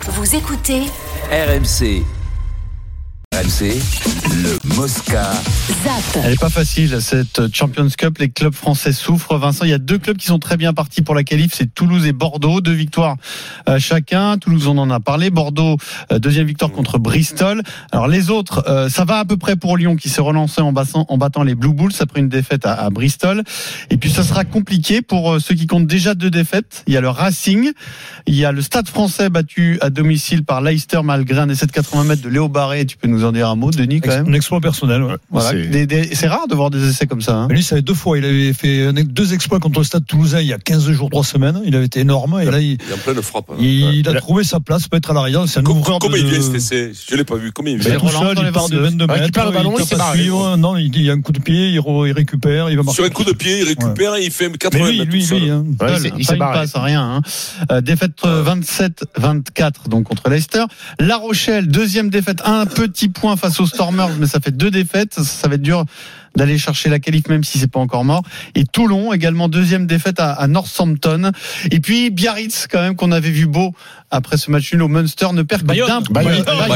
Vous écoutez RMC. RMC, le Mosca. Zap. Elle n'est pas facile, cette Champions Cup. Les clubs français souffrent. Vincent, il y a deux clubs qui sont très bien partis pour la qualif. C'est Toulouse et Bordeaux. 2 victoires chacun. Toulouse, on en a parlé. Bordeaux, deuxième victoire contre Bristol. Alors les autres, ça va à peu près pour Lyon qui s'est relancé en battant les Blue Bulls après une défaite à Bristol. Et puis ça sera compliqué pour ceux qui comptent déjà 2 défaites. Il y a le Racing. Il y a le Stade Français battu à domicile par Leicester malgré un essai de 80 mètres de Léo Barré. Tu peux nous en dire un mot, Denis, quand même? Un exploit personnel, ouais. Voilà. C'est rare de voir des essais comme ça. Hein. Mais lui, ça fait 2 fois. Il avait fait 2 exploits contre le Stade Toulousain il y a 15 jours, 3 semaines. Il avait été énorme. Et là, il est en pleine frappe. Hein. Il a trouvé sa place, peut-être à l'arrière. C'est un ouvreur. Combien il vient cet essai? Je ne l'ai pas vu. Combien il vient? Tout seul, il part de 22 mètres. Il perd le ballon, il s'est barré. Non, il y a un coup de pied, il récupère, il va marquer. Sur un coup de pied, il récupère et il fait 80 mètres. Lui, il s'est barré. Passe, rien. Hein. Défaite 27-24 donc contre Leicester. La Rochelle, deuxième défaite, un petit point face aux Stormers, mais ça fait 2 défaites. Ça va être dur d'aller chercher la qualif même si c'est pas encore mort. Et Toulon également, deuxième défaite à Northampton. Et puis Biarritz quand même, qu'on avait vu beau après ce match nul au Munster, ne perd que d'un point.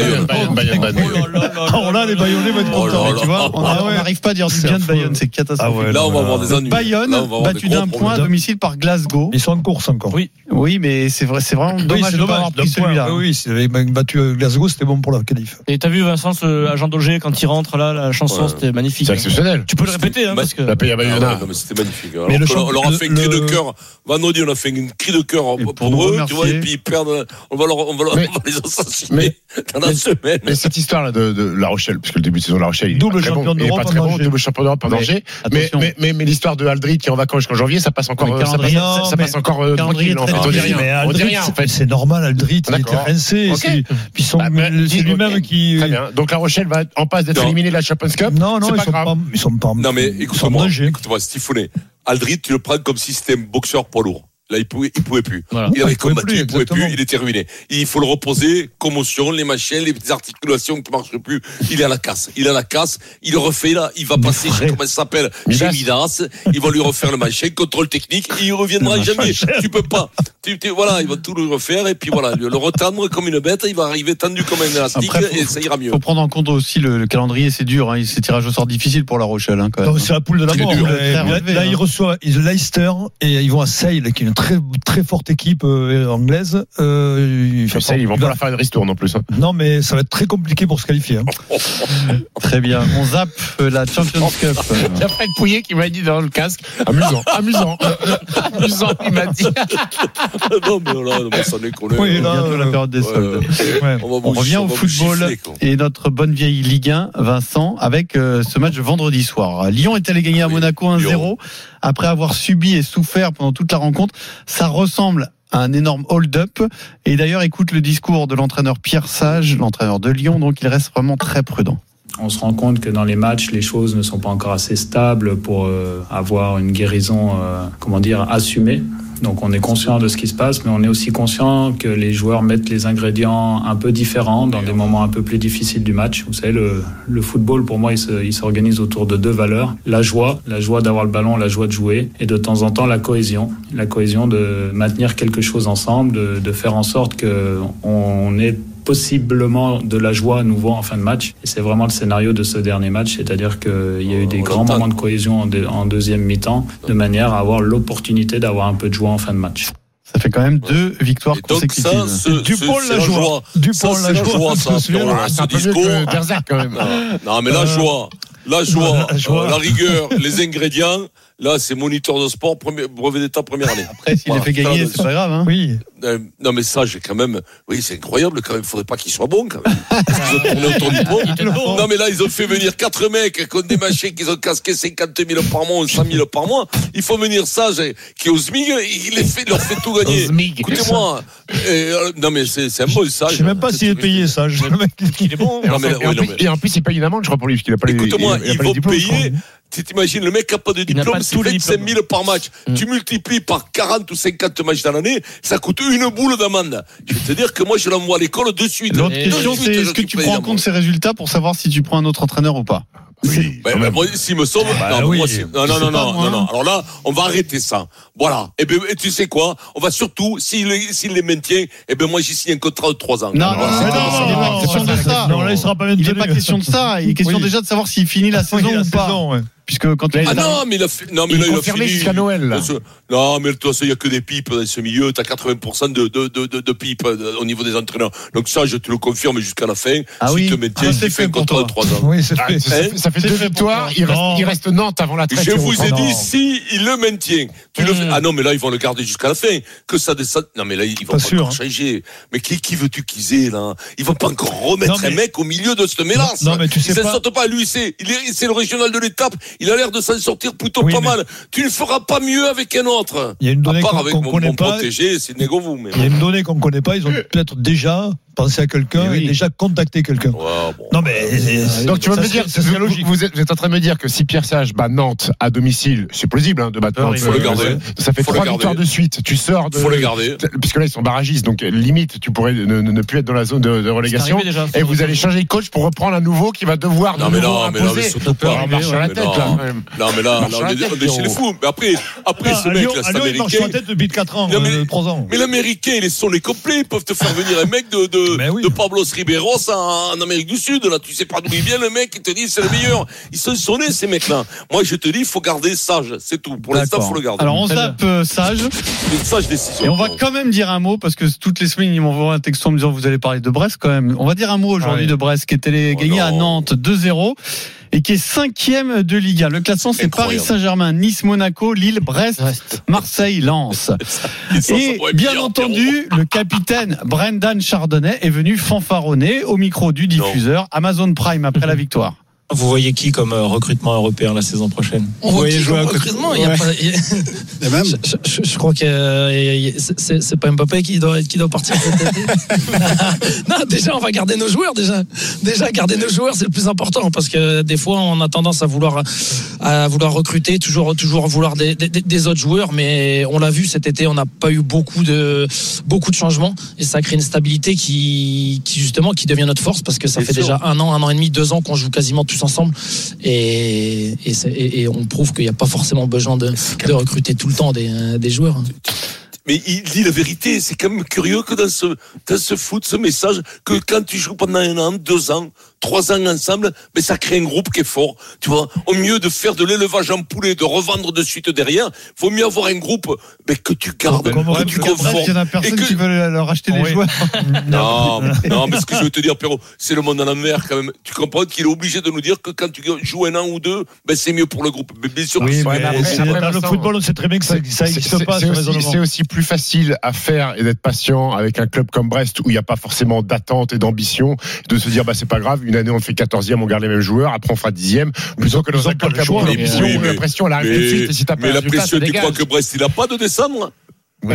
Alors là, les Bayonnais vont être contents. Tu vois, on n'arrive pas à dire du bien de Bayonne, c'est catastrophique. Là, on va avoir des ennuis. Bayonne battu d'un point à domicile par Glasgow. Ils sont en course encore. Oui, mais c'est vraiment dommage de ne pas avoir pris celui-là. Oui, s'ils avaient battu Glasgow, c'était bon pour la qualif. Et t'as vu Vincent, ce agent Daugé quand il rentre là, la chanson, c'était magnifique. C'est exceptionnel. Tu peux le répéter, hein, parce que la paye à Bayonne. Non, mais c'était magnifique. On leur a fait un cri de cœur. Vendredi, on a fait un cri de cœur pour eux, tu vois, et puis ils perdent. On va les assassiner dans la semaine. Mais cette histoire-là de La Rochelle, parce que le début de saison de La Rochelle, il double est champion d'Europe, pas très bon, double champion d'Europe en danger. Mais l'histoire de Aldrit qui est en vacances jusqu'en janvier, ça passe encore. Ça passe encore tranquille. En fait, on dit rien. En fait, c'est normal. Aldrit, il était rincé. Puis c'est lui-même qui. Très bien. Donc La Rochelle va en passe d'être éliminé de la Champions Cup. Non, ils sont pas. Non, mais écoute-moi, Stiffonet. Aldrit, tu le prends comme si c'était un boxeur poids lourd. Là, il pouvait plus. Voilà. Il avait combattu, il pouvait plus, il était ruiné. Il faut le reposer, commotion, les machins, les articulations qui marchent plus. Il est à la casse. Il le refait là, il va passer chez, comment ça s'appelle, chez Midas. Ils vont lui refaire le machin, contrôle technique, et il reviendra jamais. Tu peux pas. Voilà, il va tout le refaire, et puis voilà, le retendre comme une bête, il va arriver tendu comme un élastique, et ça ira mieux. Faut prendre en compte aussi le calendrier, c'est dur, hein. C'est tirage au sort difficile pour La Rochelle, hein, quand même. Non, c'est la poule de la mort. Là, ils reçoivent Leicester, et ils vont à Sale, qui est une très forte équipe anglaise. Ils vont pas la faire une ristourne en plus. Hein. Non, mais ça va être très compliqué pour se qualifier. Hein. Très bien. On zappe la Champions Cup. Il y a Fred Pouillet qui m'a dit dans le casque. Amusant, il m'a dit. Non, mais là, ça n'est qu'on est. Oui, bientôt la période des soldes. On revient au football et notre bonne vieille Ligue 1, Vincent, avec ce match de vendredi soir. Lyon est allé gagner à Monaco 1-0 après avoir subi et souffert pendant toute la rencontre. Ça ressemble à un énorme hold-up. Et d'ailleurs, écoute le discours de l'entraîneur Pierre Sage, l'entraîneur de Lyon, donc il reste vraiment très prudent. On se rend compte que dans les matchs, les choses ne sont pas encore assez stables pour avoir une guérison, assumée. Donc on est conscient de ce qui se passe, mais on est aussi conscient que les joueurs mettent les ingrédients un peu différents dans des moments un peu plus difficiles du match. Vous savez, le football, pour moi, il s'organise autour de 2 valeurs. La joie d'avoir le ballon, la joie de jouer, et de temps en temps la cohésion de maintenir quelque chose ensemble, de faire en sorte qu'on ait possiblement de la joie à nouveau en fin de match. Et c'est vraiment le scénario de ce dernier match, c'est-à-dire qu'il y a eu des grands moments de cohésion en deuxième mi-temps, de manière à avoir l'opportunité d'avoir un peu de joie en fin de match. Ça fait quand même 2 victoires consécutives. Dupont la joie. C'est un peu mieux que Derzac quand même. Non, mais la joie, la rigueur, les ingrédients. Là, c'est moniteur de sport, brevet d'état première année. Après, s'il les fait gagner, c'est pas grave, hein. Oui. Non, mais ça, j'ai quand même. Oui, c'est incroyable, quand même. Il faudrait pas qu'il soit bon, quand même. Ils ont tourné autour du pot. Non, mais là, ils ont fait venir 4 mecs qui ont des machins qui ont casqué 50 000 par mois ou 100 000 par mois. Il faut venir Sage, qui est au SMIG, il leur fait tout gagner. Écoutez-moi. Non, mais c'est un bon Sage. Je sais même pas s'il est payé, Sage. Le mec, il est bon. Et en plus, il paye une amende, je crois, pour lui, parce qu'il a pas les diplômes. Écoute-moi, ils vont payer. Tu t'imagines, le mec qui n'a pas de diplôme, c'est 25 000 par match. Tu multiplies par 40 ou 50 matchs dans l'année, ça coûte une boule d'amende. Je vais te dire que moi, je l'envoie à l'école de suite. L'autre question, c'est est-ce que tu prends en compte ces résultats pour savoir si tu prends un autre entraîneur ou pas? Moi, s'il me sauve, non. Alors là, on va arrêter ça. Voilà. Et tu sais quoi? On va surtout, s'il les maintient, moi, j'y signe un contrat de 3 ans. Non, c'est pas question de ça. Non, là, il sera pas maintenu. Il n'est pas question de ça. Il est question déjà de savoir s'il finit la saison ou pas. Puisque quand il a confirmé jusqu'à Noël. Là. Non, mais de toute façon, il n'y a que des pipes dans ce milieu. Tu as 80% de pipes au niveau des entraîneurs. Donc ça, je te le confirme jusqu'à la fin. Si tu te maintiens, tu fais un contrat de 3 ans. Oui, ça fait 2 victoires. Il reste Nantes avant la traite. Je vous ai dit, si il le maintient, tu le fais. Ah non, mais là, ils vont le garder jusqu'à la fin. Que ça descende. Non, mais là, ils vont pas encore changer. Mais qui veux-tu qu'ils aient, là? Ils vont pas encore remettre un mec au milieu de cette mélasse. Non, mais tu sais pas. Ça ne sorte pas. Lui, c'est le régional de l'étape. Il a l'air de s'en sortir plutôt pas mal. Tu ne feras pas mieux avec un autre. Il y a une donnée qu'on connaît pas. Protégé, c'est Négovou. Il y a une donnée qu'on ne connaît pas. Ils ont peut-être déjà pensé à quelqu'un et déjà contacté quelqu'un. Non, mais donc tu vas me dire, vous êtes en train de me dire que si Pierre Sage bat Nantes à domicile, c'est plausible de battre Nantes. Il faut le garder. Ça fait 3 victoires de suite. Tu sors de. Faut le garder. Puisque là ils sont barragistes, donc limite tu pourrais ne plus être dans la zone de relégation. Et vous allez changer de coach pour reprendre un nouveau qui va devoir. Non mais surtout pas. Marche sur la tête là. Non mais là on est chez les fous. Mais après ce mec là, c'est américain. Il marche sur la tête depuis 4 ans, 3 ans. Mais l'américain, ils sont les complets. Ils peuvent te faire venir un mec de Pablo Riberos en Amérique du Sud. Là, tu sais pas d'où il vient le mec. Il te dit c'est le meilleur. Ils sont sonnés ces mecs-là. Moi, je te dis, il faut garder Sage. C'est tout. Pour l'instant, il faut le garder. Alors on zappe Sage. Une sage décision. Et on va quand même dire un mot parce que toutes les semaines ils m'envoient un texto en me disant vous allez parler de Brest quand même. On va dire un mot aujourd'hui de Brest qui était gagné à Nantes 2-0. Et qui est 5e de Ligue 1. Le classement, c'est Paris Saint-Germain, Nice, Monaco, Lille, Brest, Marseille, Lens. Et bien entendu, le capitaine Brendan Chardonnay est venu fanfaronner au micro du diffuseur Amazon Prime après la victoire. Vous voyez qui comme recrutement européen la saison prochaine? On voit qui comme recrutement? Je crois que c'est pas Mbappé qui doit partir cet été. Non, déjà on va garder nos joueurs. Déjà garder nos joueurs, c'est le plus important parce que des fois on a tendance à vouloir recruter, toujours vouloir des autres joueurs, mais on l'a vu cet été, on n'a pas eu beaucoup de changements et ça crée une stabilité qui justement qui devient notre force parce que ça fait déjà 1 an et demi, 2 ans qu'on joue quasiment tous ensemble et on prouve qu'il n'y a pas forcément besoin de recruter tout le temps des joueurs. Mais il dit la vérité, c'est quand même curieux que dans ce foot, ce message, que quand tu joues pendant 1 an, 2 ans, 3 ans ensemble, mais ça crée un groupe qui est fort. Tu vois, au mieux de faire de l'élevage en poulet, de revendre de suite derrière, faut mieux avoir un groupe que tu gardes, que tu confortes. Il y en a personne qui veut leur acheter des joueurs. Non, mais ce que je veux te dire, Pierrot, c'est le monde à l'envers quand même. Tu comprends qu'il est obligé de nous dire que quand tu joues 1 an ou 2, c'est mieux pour le groupe. Mais bien sûr, dans le football, on sait très bien que ça n'existe pas. C'est aussi plus facile à faire et d'être patient avec un club comme Brest où il n'y a pas forcément d'attente et d'ambition, de se dire c'est pas grave, une année on fait 14e, on garde les mêmes joueurs, après on fera 10e, plutôt que dans un club qui a beaucoup d'ambition où la pression elle arrive tout de suite et si t'as pas la pression, tu crois que Brest il n'a pas de descendre? Il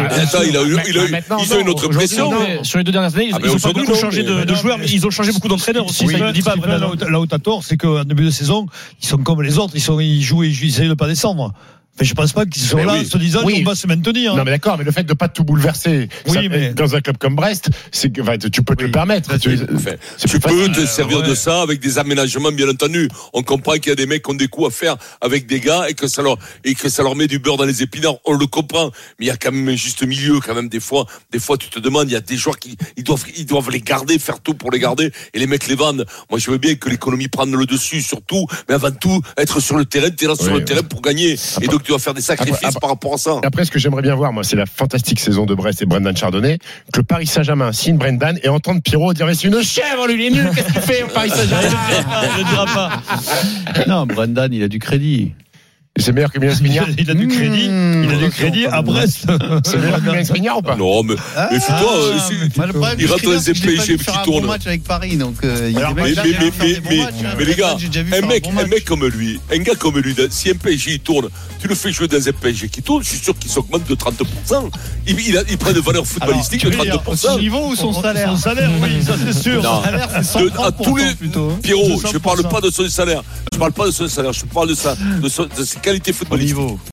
a une autre pression. Sur les 2 dernières années, ils ont pas beaucoup changé de joueurs, mais ils ont changé beaucoup d'entraîneurs aussi. Ça ne dit pas. Là où t'as tort, c'est qu'en début de saison, ils sont comme les autres, ils jouent et ils essayent de pas descendre. Mais je pense pas qu'ils sont là se disant qu'on va se maintenir. Non mais d'accord, mais le fait de pas tout bouleverser dans un club comme Brest, c'est que tu peux te le permettre. Tu peux te servir de ça avec des aménagements bien entendu. On comprend qu'il y a des mecs qui ont des coups à faire avec des gars et que ça leur met du beurre dans les épinards. On le comprend, mais il y a quand même un juste milieu quand même des fois tu te demandes, il y a des joueurs qui ils doivent les garder, faire tout pour les garder et les mecs les vendent. Moi je veux bien que l'économie prenne le dessus surtout, mais avant tout être sur le terrain, t'es là sur le terrain pour gagner. Et donc tu dois faire des sacrifices par rapport à ça. Après, ce que j'aimerais bien voir, moi, c'est la fantastique saison de Brest et Brendan Chardonnay, que le Paris Saint-Germain signe Brendan et entendre Pierrot dire c'est une chèvre, lui, il est nul, qu'est-ce qu'il fait au Paris Saint-Germain? Je ne dirai pas. Non, Brendan, il a du crédit. C'est meilleur que Milan Skriniar. Il a du crédit. Il a du crédit à Brest. C'est meilleur que Milan Skriniar ou pas? Non, mais fais-toi. Il rate dans les MPG qui tournent. Match avec Paris, donc. Mais les gars, un mec comme lui, un gars comme lui, si un PSG tourne, tu le fais jouer dans un PSG qui tourne, je suis sûr qu'il s'augmente de 30%. Il prend une valeur footballistique de 30%. Son niveau ou son salaire? Son salaire, oui, ça c'est sûr. Son salaire, c'est 130% plutôt. Pierrot, je parle pas de son salaire. Je parle pas de son salaire. Je parle de ses qualités footballistiques.